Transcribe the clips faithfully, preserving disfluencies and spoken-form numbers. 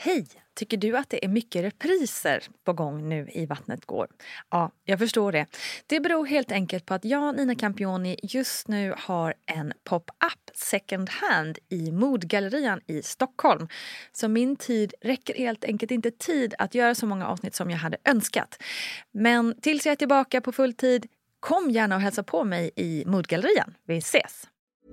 Hej! Tycker du att det är mycket repriser på gång nu i Vattnet går? Ja, jag förstår det. Det beror helt enkelt på att jag, Nina Campioni, just nu har en pop-up second hand i Modgallerian i Stockholm. Så min tid räcker helt enkelt inte tid att göra så många avsnitt som jag hade önskat. Men tills jag är tillbaka på full tid, kom gärna och hälsa på mig i Modgallerian. Vi ses!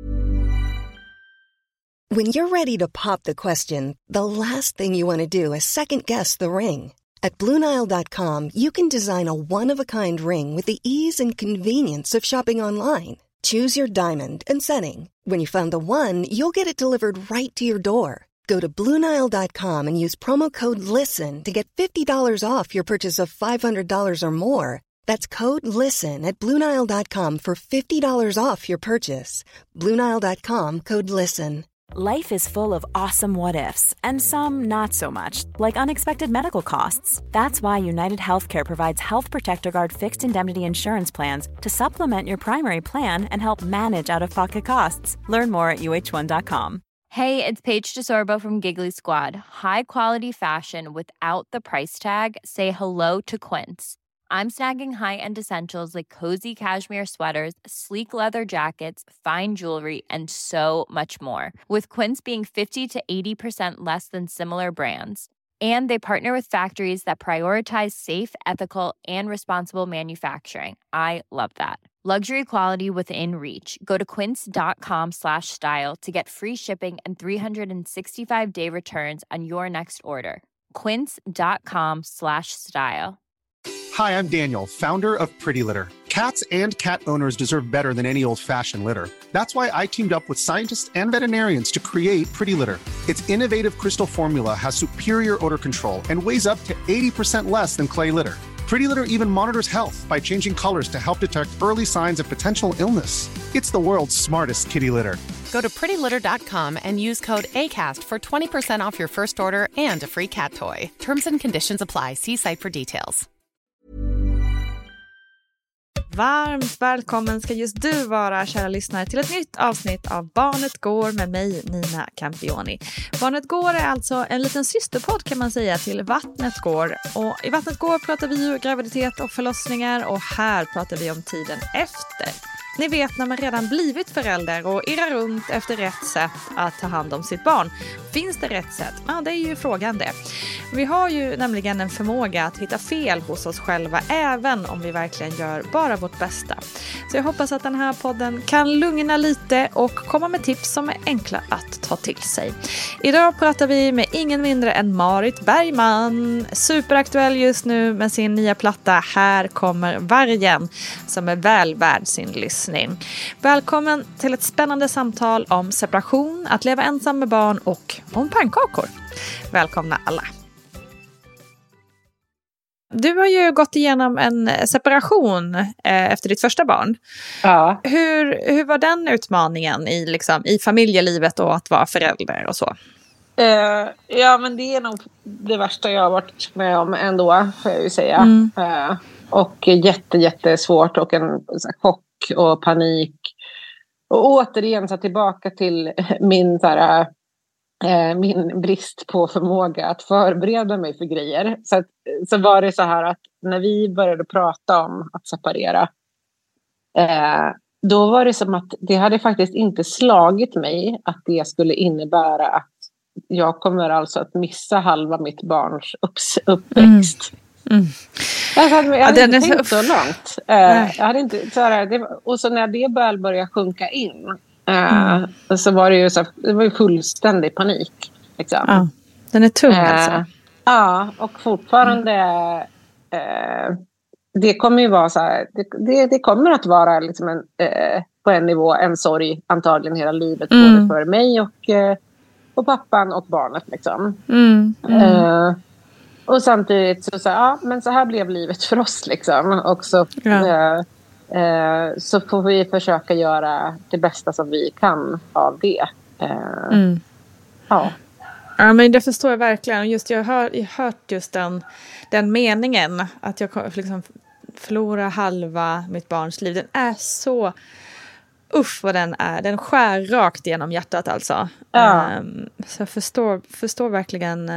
When you're ready to pop the question, the last thing you want to do is second-guess the ring. At Blue Nile dot com, you can design a one-of-a-kind ring with the ease and convenience of shopping online. Choose your diamond and setting. When you find the one, you'll get it delivered right to your door. Go to Blue Nile dot com and use promo code LISTEN to get fifty dollars off your purchase of five hundred dollars or more. That's code LISTEN at Blue Nile dot com for fifty dollars off your purchase. Blue Nile dot com, code LISTEN. Life is full of awesome what-ifs, and some not so much, like unexpected medical costs. That's why United Healthcare provides Health Protector Guard fixed indemnity insurance plans to supplement your primary plan and help manage out-of-pocket costs. Learn more at U H one dot com. Hey, it's Paige DeSorbo from Giggly Squad. High quality fashion without the price tag. Say hello to Quince. I'm snagging high-end essentials like cozy cashmere sweaters, sleek leather jackets, fine jewelry, and so much more. With Quince being fifty to eighty percent less than similar brands. And they partner with factories that prioritize safe, ethical, and responsible manufacturing. I love that. Luxury quality within reach. Go to quince dot com slash style to get free shipping and three sixty-five day returns on your next order. quince dot com slash style. Hi, I'm Daniel, founder of Pretty Litter. Cats and cat owners deserve better than any old-fashioned litter. That's why I teamed up with scientists and veterinarians to create Pretty Litter. Its innovative crystal formula has superior odor control and weighs up to eighty percent less than clay litter. Pretty Litter even monitors health by changing colors to help detect early signs of potential illness. It's the world's smartest kitty litter. Go to pretty litter dot com and use code ACAST for twenty percent off your first order and a free cat toy. Terms and conditions apply. See site for details. Varmt välkommen ska just du vara, kära lyssnare, till ett nytt avsnitt av Barnet går med mig, Nina Campioni. Barnet går är alltså en liten systerpodd, kan man säga, till Vattnet går. Och i Vattnet går pratar vi ju graviditet och förlossningar, och här pratar vi om tiden efter. Ni vet, när man redan blivit förälder och irrar runt efter rätt sätt att ta hand om sitt barn. Finns det rätt sätt? Ja, det är ju frågan det. Vi har ju nämligen en förmåga att hitta fel hos oss själva, även om vi verkligen gör bara vårt bästa. Så jag hoppas att den här podden kan lugna lite och komma med tips som är enkla att ta till sig. Idag pratar vi med ingen mindre än Marit Bergman. Superaktuell just nu med sin nya platta Här kommer vargen, som är väl värd sin lyssning. Välkommen till ett spännande samtal om separation, att leva ensam med barn och om pannkakor. Välkomna alla. Du har ju gått igenom en separation eh, efter ditt första barn. Ja. Hur, hur var den utmaningen i, liksom, i familjelivet och att vara förälder och så? Uh, ja, men det är nog det värsta jag har varit med om ändå, får jag ju säga. Mm. Uh, och jätte, jättesvårt och en så här, chock och panik. Och återigen så tillbaka till min, så här, eh, min brist på förmåga att förbereda mig för grejer. Så, att, så var det så här att när vi började prata om att separera, eh, då var det som att det hade faktiskt inte slagit mig att det skulle innebära att jag kommer alltså att missa halva mitt barns upps- uppväxt. Mm. Mm. Jag hade, jag hade ja, inte så... tänkt så långt. Uh, jag hade inte, så här, det var, och så när det väl började sjunka in uh, mm. så var det ju så, det var ju fullständig panik. Liksom. Ja, den är tung uh, alltså. Ja, och fortfarande mm. uh, det kommer ju vara så här, det, det, det kommer att vara liksom en, uh, på en nivå en sorg antagligen hela livet, mm. både för mig och, uh, och pappan och barnet liksom. Mm. Mm. Uh, Och samtidigt så sa ja, men så här blev livet för oss liksom. Och så, ja. eh, eh, så får vi försöka göra det bästa som vi kan av det. Eh, mm. Ja. Ja, men det förstår jag verkligen. Just jag har jag hört just den, den meningen att jag liksom förlorar halva mitt barns liv. Den är så... Uff vad den är. Den skär rakt genom hjärtat alltså. Ja. Um, så jag förstår, förstår verkligen... Um,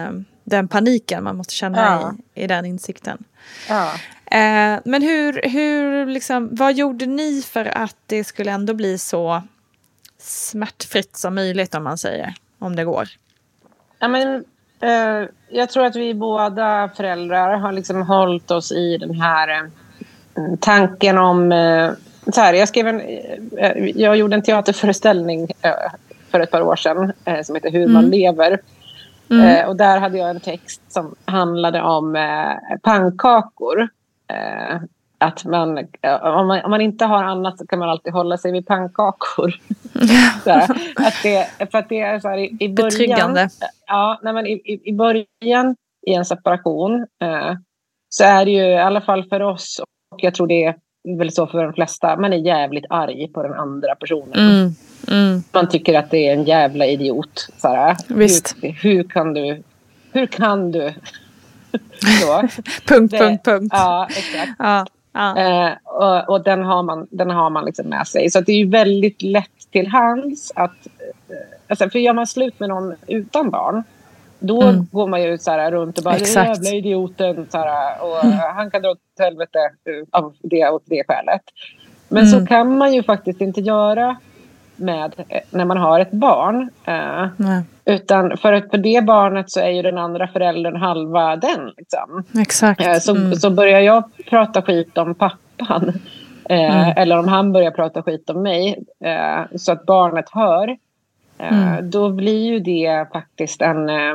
den paniken man måste känna Ja. i, i den insikten. Ja. Eh, men hur, hur liksom, vad gjorde ni för att det skulle ändå bli så smärtfritt som möjligt, om man säger, om det går? Ja, men, eh, jag tror att vi båda föräldrar har liksom hållit oss i den här eh, tanken om... Eh, så här, jag, skrev en, eh, jag gjorde en teaterföreställning eh, för ett par år sedan eh, som heter Hur mm. man lever. Mm. Eh, och där hade jag en text som handlade om eh, pannkakor. Eh, att man, om man, om man inte har annat så kan man alltid hålla sig vid pannkakor. Såhär, att det, för att det är så här, i, i början... Betryggande. Ja, nej, men i, i, i början i en separation eh, så är det ju i alla fall för oss, och jag tror det är väl så för de flesta, man är jävligt arg på den andra personen. Mm. Mm. Man tycker att det är en jävla idiot. Såhär. Visst. Hur, hur kan du... Hur kan du... så. punkt, det, punkt, punkt. Ja, exakt. Ja, ja. Eh, och och den har man, den har man liksom med sig. Så att det är ju väldigt lätt till hands att... Eh, alltså, för gör man slut med någon utan barn, då Mm. går man ju såhär runt och bara, Exakt. den jävla idioten. Såhär, och Mm. han kan dra åt helvete av det och det skälet. Men Mm. så kan man ju faktiskt inte göra med när man har ett barn. Eh, Nej. utan för, för det barnet så är ju den andra föräldern halva den. Liksom. Exakt. Eh, så, Mm. så börjar jag prata skit om pappan. Eh, Mm. Eller om han börjar prata skit om mig. Eh, så att barnet hör. Eh, Mm. Då blir ju det faktiskt en eh,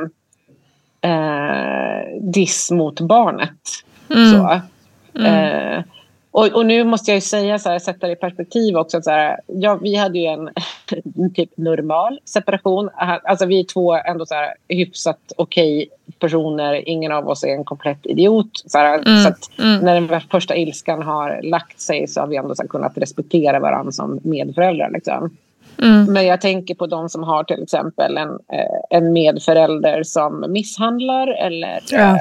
eh, diss mot barnet. Mm. Så. Mm. Eh, och, och nu måste jag ju säga så här, sätta det i perspektiv också. Så här, ja, vi hade ju en typ normal separation. Alltså vi är två ändå så här hyfsat okej personer. Ingen av oss är en komplett idiot. Så, här, Mm. så att Mm. när den första ilskan har lagt sig så har vi ändå så här kunnat respektera varandra som medföräldrar. Liksom. Mm. Men jag tänker på de som har till exempel en, eh, en medförälder som misshandlar eller... Ja. Eh,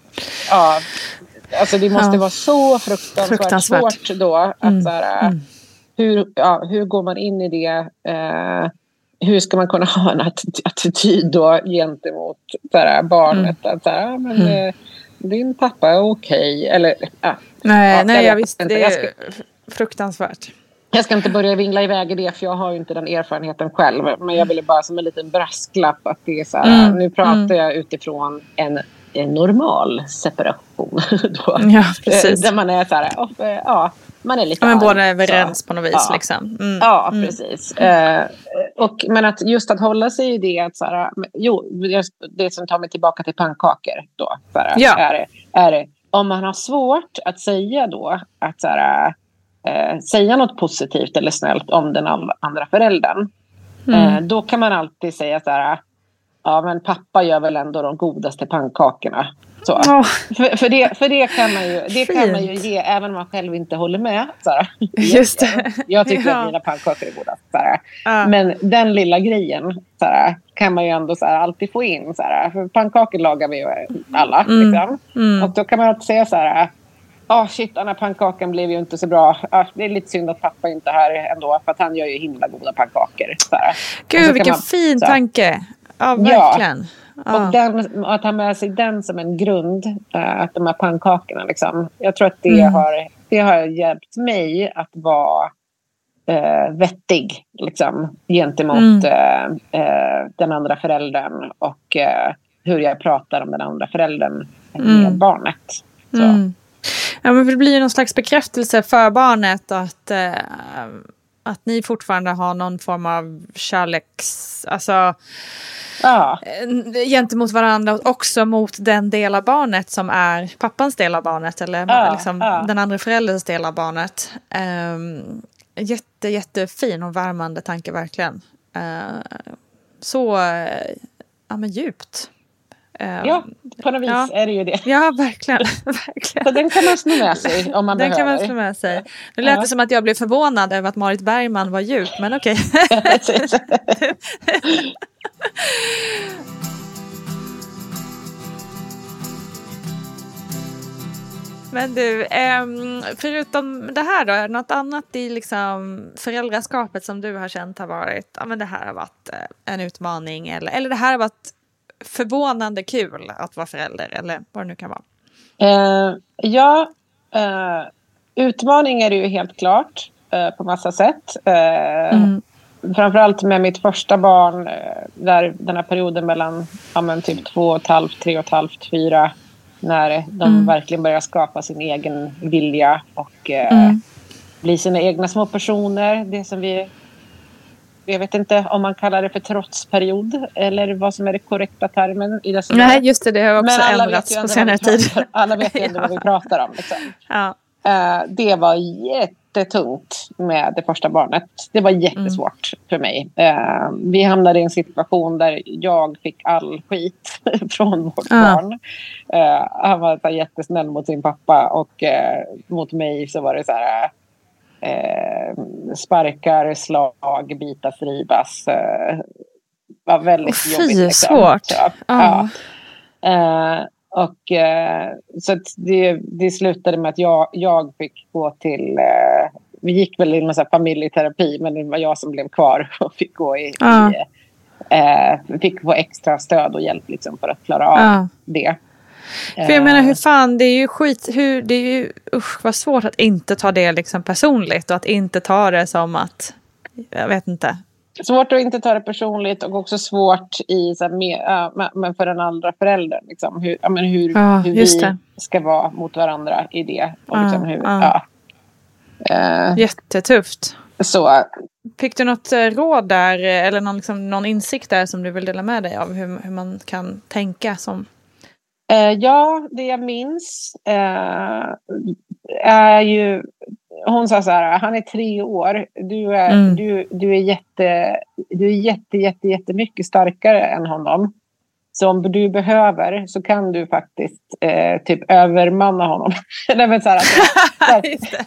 ja, alltså det måste Ja. vara så fruktansvärt, Fruktansvärt. svårt då. Att, Mm. så här, Mm. hur, ja, hur går man in i det? Eh, hur ska man kunna ha en att- attityd då gentemot så här, barnet? Mm. Att, så här, men, Mm. eh, din pappa är okej. Eller, ja, Nej, ja, nej, jag vet visste inte. det Jag är ska- fruktansvärt. Jag ska inte börja vingla iväg i det, för jag har ju inte den erfarenheten själv. Men jag ville bara som en liten brasklapp att det är så här, Mm, nu pratar mm. jag utifrån en, en normal separation. Då. Ja, precis. Där man är så här, oh, ja, man är lite Ja, men arg, båda är överens så. på något vis. Ja. Liksom. Mm. Ja, Mm. precis. Eh, och, men att just att hålla sig i det, att så här, jo, det som tar mig tillbaka till pannkakor då, så här, Ja. är, det, är det, om man har svårt att säga då, att så här, eh, säga något positivt eller snällt om den andra föräldern, Mm. eh, då kan man alltid säga så här, ja men pappa gör väl ändå de godaste pannkakorna. Så. Åh, För, för, det, för det kan man ju, det kan man ju Fint. ge även om man själv inte håller med. Så här. Just det. Jag tycker Ja. att mina pannkakor är goda. Så här. Ja. Men den lilla grejen så här, kan man ju ändå så här, alltid få in. Så här. För pannkakor lagar vi ju alla. Mm. Liksom. Mm. Och då kan man alltid säga så här. Ja, oh, shit, den här pannkakan blev ju inte så bra. Ah, det är lite synd att pappa inte är här ändå. För att han gör ju himla goda pannkakor. Så här. Och så Gud, kan vilken man- fin så här. tanke. Ja, Ja. verkligen. Ja. Och den, att ha med sig den som en grund, äh, att de här pannkakorna liksom, jag tror att det, Mm. har, det har hjälpt mig att vara äh, vettig liksom, gentemot Mm. äh, äh, den andra föräldern och äh, hur jag pratar om den andra föräldern med Mm. barnet. Så. Mm. Ja, men det blir ju någon slags bekräftelse för barnet att, eh, att ni fortfarande har någon form av kärleks... Alltså, Ja, eh, gentemot varandra och också mot den del av barnet som är pappans del av barnet eller Ja, liksom ja. den andra förälderns del av barnet. Um, jätte, jättefin och värmande tanke verkligen. Uh, så uh, ja, men djupt. Um, ja, på något vis ja. är det ju det. Ja, verkligen. verkligen. Så den kan man sno med sig om man Den behöver. kan man slå med sig. Nu lät Ja. det som att jag blev förvånad över att Marit Bergman var djup, men okej. Precis. Men du, ehm, förutom det här då, är det något annat i liksom föräldraskapet som du har känt har varit, ja men det här har varit eh, en utmaning eller, eller det här har varit förvånande kul att vara förälder, eller vad det nu kan vara? Uh, ja, uh, utmaning är det ju helt klart uh, på massa sätt. Uh, mm. Framförallt med mitt första barn, uh, där den här perioden mellan ja, men typ två och ett halvt, tre och ett halvt, fyra, när de mm. verkligen börjar skapa sin egen vilja och uh, mm. bli sina egna små personer. Det som vi, jag vet inte om man kallar det för trotsperiod eller vad som är det korrekta termen i dessa. Nej, just det, det har också ändrats på senare tid. Alla vet ju ändå vad vi pratar om. Liksom. Ja. Uh, det var jättetungt med det första barnet. Det var jättesvårt mm. för mig. Uh, vi hamnade i en situation där jag fick all skit från vårt ja. barn. Uh, han var så jättesnäll mot sin pappa och uh, mot mig så var det så här... Eh, sparkar, slag, bitar, fribas. Eh, var väldigt oh, jobbigt. Fy, liksom. Svårt. Ja. Ja. Eh, och eh, så att det, det slutade med att jag, jag fick gå till eh, vi gick väl i en massa familjeterapi, men det var jag som blev kvar och fick gå i, ja. i eh, fick få extra stöd och hjälp liksom, för att klara av ja. det. För jag menar, hur fan, det är ju skit, hur, det är ju, usch vad svårt att inte ta det liksom personligt och att inte ta det som att, jag vet inte. Svårt att inte ta det personligt och också svårt i, så här, med, äh, men för den andra föräldern, liksom, hur, ja, men hur, ja, hur vi det. ska vara mot varandra i det. Och, liksom, ja, hur, ja. Ja. Uh, Jättetufft. Så. Fick du något råd där, eller någon, liksom, någon insikt där som du vill dela med dig av, hur, hur man kan tänka som... Uh, ja, det jag minns uh, är ju, hon sa så här, han är tre år, du är, mm. du, du är jätte, du är jätte, jätte, jättemycket starkare än honom. Så om du behöver så kan du faktiskt uh, typ övermanna honom. nej, men så här, så här,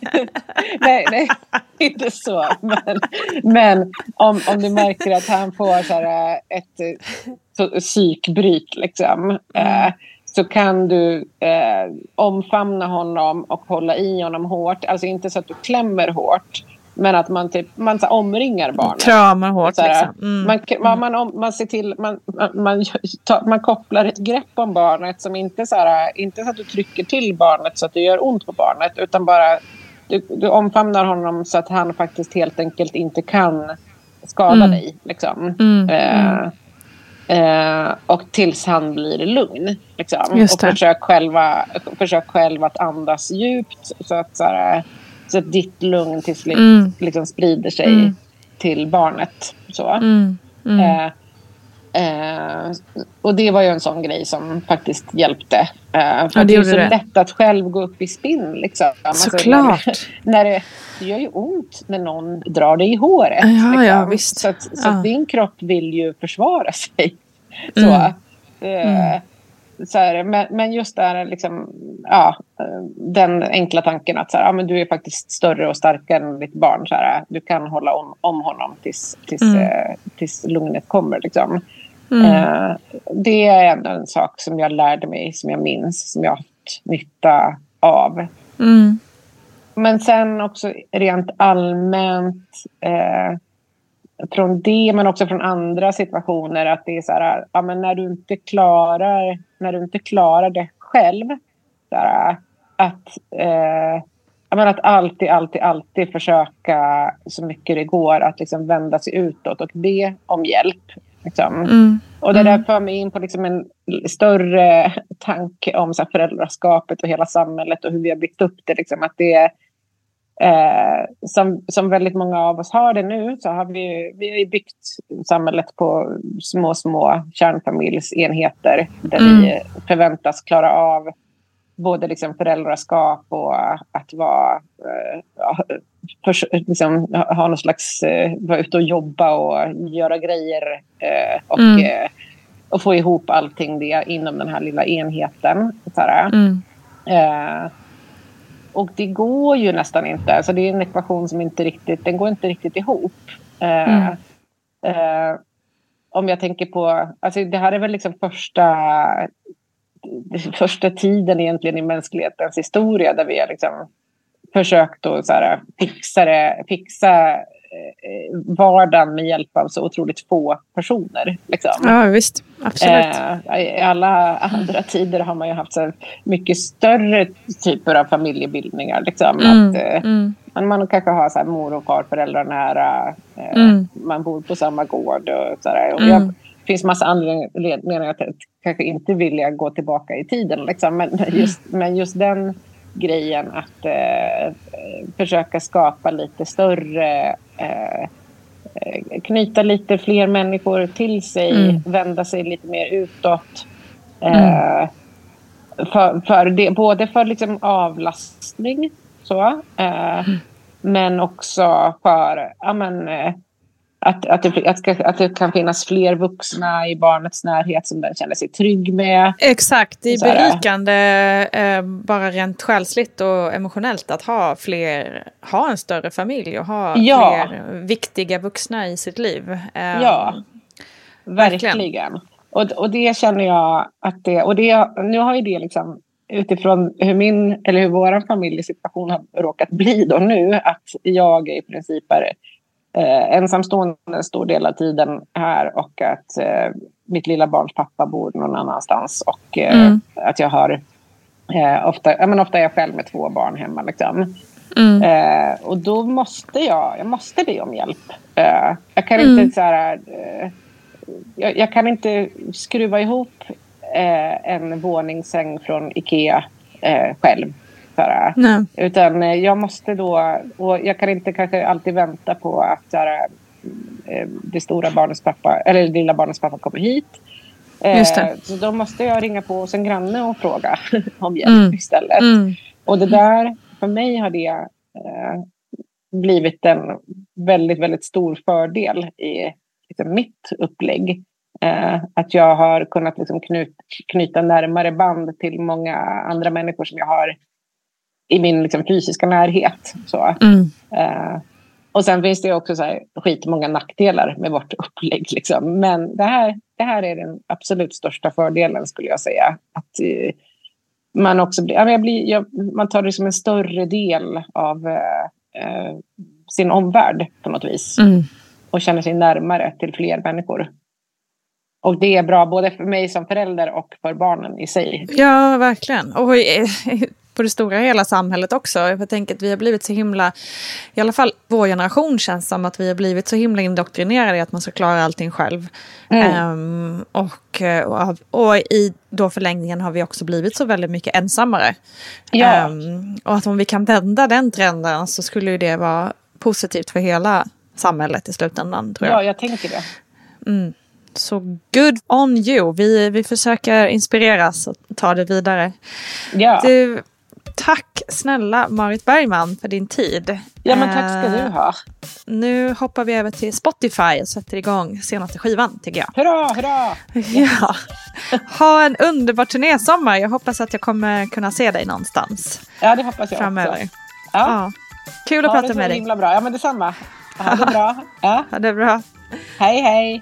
nej, nej, inte så. Men, men om, om du märker att han får så här, ett så, psykbryt liksom, mm. uh, så kan du eh, omfamna honom och hålla i honom hårt. Alltså inte så att du klämmer hårt, men att man typ man så omringar barnet. Kramar hårt så här, liksom. Mm. Man, man, man, man, man ser till man, man, man, tar, man kopplar ett grepp om barnet som inte så här, inte så att du trycker till barnet så att det gör ont på barnet, utan bara du, du omfamnar honom så att han faktiskt helt enkelt inte kan skada mm. dig liksom. Mm. Eh, Eh, och tills han blir lugn liksom. Och försök själva, försök själv att andas djupt så att, så här, så att ditt lugn till slut mm. liksom sprider sig mm. till barnet så. Mm. Mm. Eh, eh, och det var ju en sån grej som faktiskt hjälpte eh, för ja, det, det är så det. lätt att själv gå upp i spinn liksom. Såklart alltså, när, när det, det gör ju ont när någon drar dig i håret. Ja, liksom. ja, visst. Så, att, så ja. att din kropp vill ju försvara sig. Så, mm. eh, mm. så här, men, men just där liksom, ja, den enkla tanken att så här, ja, men du är faktiskt större och starkare än ditt barn. Så här, du kan hålla om, om honom tills, tills, mm. eh, tills lugnet kommer. Liksom. Mm. Eh, det är ändå en sak som jag lärde mig, som jag minns, som jag har haft nytta av. Mm. Men sen också rent allmänt eh, från det, men också från andra situationer, att det är så här, ja, men när du inte klarar när du inte klarar det själv, så här, att eh, jag menar, att alltid, alltid, alltid försöka så mycket det går att liksom vända sig utåt och be om hjälp liksom. Mm. Och det där för mig in på liksom en större tanke om så här, föräldraskapet och hela samhället och hur vi har byggt upp det liksom, att det är Eh, som, som väldigt många av oss har det nu, så har vi, vi har ju byggt samhället på små, små kärnfamiljsenheter där mm. vi förväntas klara av både liksom föräldraskap och att vara, eh, för, liksom, ha någon slags, eh, vara ute och jobba och göra grejer eh, och, mm. eh, och få ihop allting det inom den här lilla enheten. Så här. Mm. Eh, Och det går ju nästan inte. Alltså det är en ekvation som inte riktigt, den går inte riktigt ihop. Mm. Uh, uh, om jag tänker på, alltså det här är väl liksom första, första tiden egentligen i mänsklighetens historia där vi har liksom försökt att så här, fixa det, fixa vardagen med hjälp av så otroligt få personer. Liksom. Ja, visst. Absolut. Eh, I alla andra tider har man ju haft så mycket större typer av familjebildningar. Liksom. Mm, att, eh, mm. Man kan ha så här, mor och farföräldrar nära. Eh, Mm. Man bor på samma gård. Och så där. Och Mm. jag, det finns massa anledningar att kanske inte vilja gå tillbaka i tiden. Liksom. Men, just, men just den grejen att eh, försöka skapa lite större... Eh, knyta lite fler människor till sig, mm. vända sig lite mer utåt. Mm. Eh, för, för det, både för liksom avlastning så, eh, mm. men också för ja, men, eh, att, att, det, att, att det kan finnas fler vuxna i barnets närhet som den känner sig trygg med. Exakt, det är berikande eh, bara rent själsligt och emotionellt att ha fler, ha en större familj och ha ja. fler viktiga vuxna i sitt liv. Eh, ja, verkligen. verkligen. Och, och det känner jag att det, och det, nu har ju det liksom utifrån hur min eller hur vår familjesituation har råkat bli då nu, att jag är i princip är Eh, ensamstående en stor del av tiden här och att eh, mitt lilla barns pappa bor någon annanstans och eh, mm. att jag har eh, ofta, ja, men ofta är jag själv med två barn hemma liksom. Mm. Eh, och då måste jag jag måste be om hjälp. Eh, jag kan mm. inte så här, eh, jag, jag kan inte skruva ihop eh, en våningssäng från Ikea eh, själv. Nej. Utan jag måste då, och jag kan inte kanske alltid vänta på att såhär, det stora barnets pappa eller det lilla barnets pappa kommer hit. Just det. Så då måste jag ringa på hos en granne och fråga om hjälp mm. istället. Mm. Och det där, för mig har det eh, blivit en väldigt, väldigt stor fördel i liksom, mitt upplägg. Eh, att jag har kunnat liksom, knut, knyta närmare band till många andra människor som jag har i min liksom, fysiska närhet. Så. Mm. Uh, och sen finns det också så här, skitmånga nackdelar med vårt upplägg. Liksom. Men det här, det här är den absolut största fördelen skulle jag säga. Att uh, man också blir, jag blir, jag, man tar det som en större del av uh, uh, sin omvärld på något vis. Mm. Och känner sig närmare till fler människor. Och det är bra både för mig som förälder och för barnen i sig. Ja, verkligen. Och på det stora hela samhället också. Jag tänker att vi har blivit så himla, i alla fall vår generation känns som att vi har blivit så himla indoktrinerade i att man ska klara allting själv. Mm. Um, och, och, och i då förlängningen har vi också blivit så väldigt mycket ensammare. Ja. Um, och att om vi kan vända den trenden så skulle ju det vara positivt för hela samhället i slutändan, tror jag. Ja, jag tänker det. Mm. Så good on you. Vi, vi försöker inspireras och ta det vidare. Ja. Du, tack snälla Marit Bergman för din tid. Ja, men tack ska du ha. Nu hoppar vi över till Spotify och sätter igång senaste skivan, tycker jag. Hurra, hurra! Ja. Ha en underbar turnésommar. Jag hoppas att jag kommer kunna se dig någonstans. Ja, det hoppas jag framöver. också. Ja. Ja. Kul att ha prata med dig. Himla bra. Ja, men detsamma. Ha det bra. Ja. Ha det bra. Hej, hej.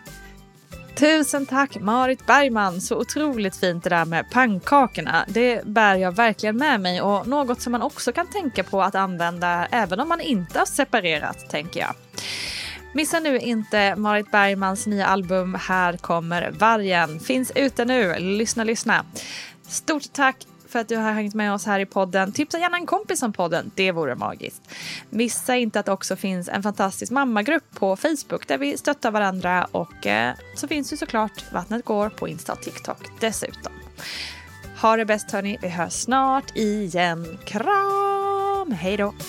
Tusen tack Marit Bergman, så otroligt fint det där med pannkakorna. Det bär jag verkligen med mig och något som man också kan tänka på att använda även om man inte har separerat, tänker jag. Missa nu inte Marit Bergmans nya album Här kommer vargen. Finns ute nu, lyssna, lyssna. Stort tack för att du har hängt med oss här i podden. Tipsa gärna en kompis om podden, det vore magiskt. Missa inte att det också finns en fantastisk mammagrupp på Facebook där vi stöttar varandra och eh, så finns ju såklart Vattnet går på Insta och TikTok dessutom. Ha det bäst hörni, vi hörs snart igen. Kram, hej då!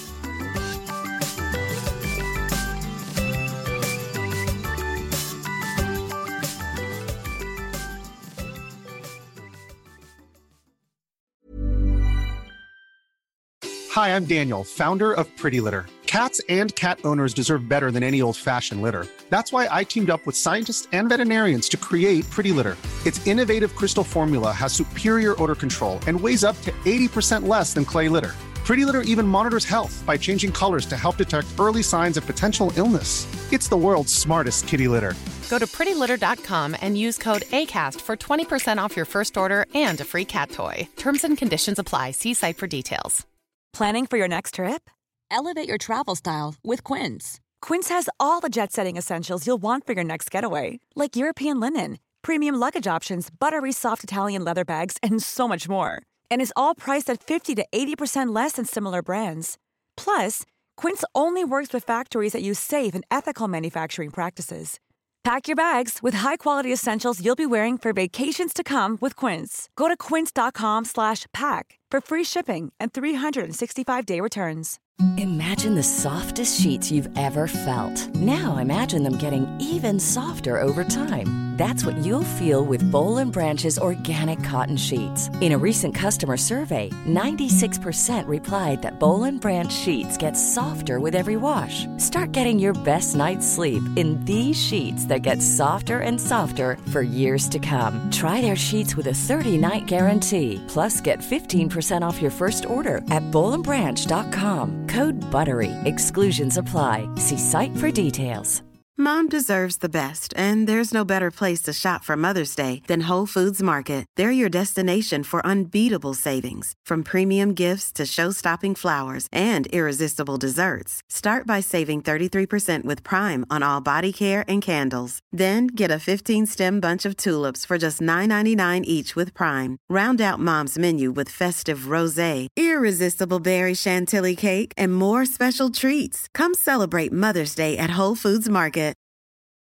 Hi, I'm Daniel, founder of Pretty Litter. Cats and cat owners deserve better than any old-fashioned litter. That's why I teamed up with scientists and veterinarians to create Pretty Litter. Its innovative crystal formula has superior odor control and weighs up to eighty percent less than clay litter. Pretty Litter even monitors health by changing colors to help detect early signs of potential illness. It's the world's smartest kitty litter. Go to pretty litter dot com and use code ACAST for twenty percent off your first order and a free cat toy. Terms and conditions apply. See site for details. Planning for your next trip? Elevate your travel style with Quince. Quince has all the jet-setting essentials you'll want for your next getaway, like European linen, premium luggage options, buttery soft Italian leather bags, and so much more. And is all priced at fifty to eighty percent less than similar brands. Plus, Quince only works with factories that use safe and ethical manufacturing practices. Pack your bags with high-quality essentials you'll be wearing for vacations to come with Quince. Go to quince.com slash pack for free shipping and three sixty-five day returns. Imagine the softest sheets you've ever felt. Now imagine them getting even softer over time. That's what you'll feel with Boll and Branch's organic cotton sheets. In a recent customer survey, ninety-six percent replied that Boll and Branch sheets get softer with every wash. Start getting your best night's sleep in these sheets that get softer and softer for years to come. Try their sheets with a thirty-night guarantee. Plus, get fifteen percent off your first order at boll and branch dot com. Code BUTTERY. Exclusions apply. See site for details. Mom deserves the best, and there's no better place to shop for Mother's Day than Whole Foods Market. They're your destination for unbeatable savings, from premium gifts to show-stopping flowers and irresistible desserts. Start by saving thirty-three percent with Prime on all body care and candles. Then get a fifteen-stem bunch of tulips for just nine ninety-nine each with Prime. Round out Mom's menu with festive rosé, irresistible berry chantilly cake, and more special treats. Come celebrate Mother's Day at Whole Foods Market.